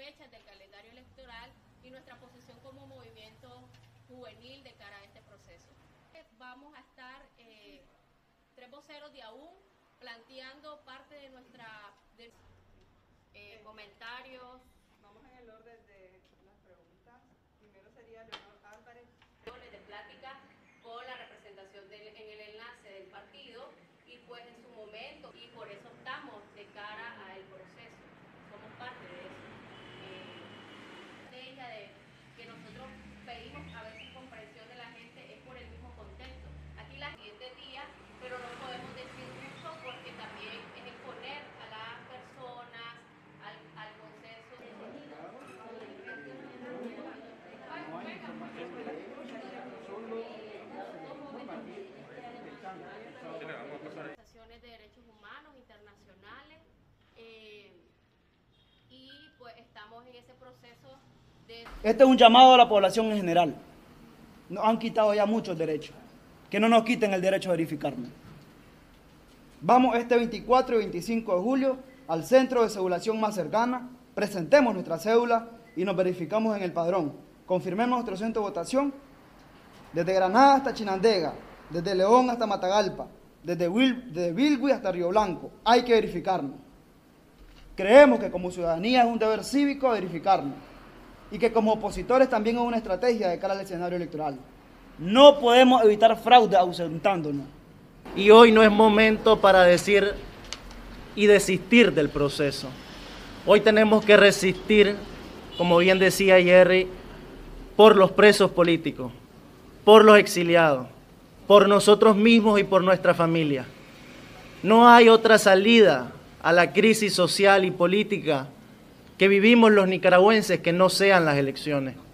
fechas del calendario electoral y nuestra posición como movimiento juvenil de cara a este proceso. Vamos a estar tres voceros de AUN planteando parte de nuestra comentarios. Vamos en el orden de las preguntas. Primero sería Leonor Álvarez. De plática con la representación en el enlace del partido y pues en su momento, y por eso estamos de cara al proceso, somos parte de eso. De que nosotros pedimos a veces comprensión de la gente es por el mismo contexto. Aquí la siguiente día, pero no podemos decir mucho porque también es exponer a las personas al consenso. Organizaciones de derechos humanos internacionales y pues estamos en ese proceso de... Este es un llamado a la población en general. Nos han quitado ya muchos derechos. Que no nos quiten el derecho a verificarnos. Vamos este 24 y 25 de julio al centro de cedulación más cercana, presentemos nuestra cédula y nos verificamos en el padrón. Confirmemos nuestro centro de votación desde Granada hasta Chinandega, desde León hasta Matagalpa, desde Bilwi hasta Río Blanco. Hay que verificarnos. Creemos que como ciudadanía es un deber cívico verificarnos y que como opositores también es una estrategia de cara al escenario electoral. No podemos evitar fraude ausentándonos. Y hoy no es momento para decir y desistir del proceso. Hoy tenemos que resistir, como bien decía Jerry, por los presos políticos, por los exiliados, por nosotros mismos y por nuestra familia. No hay otra salida a la crisis social y política que vivimos los nicaragüenses que no sean las elecciones.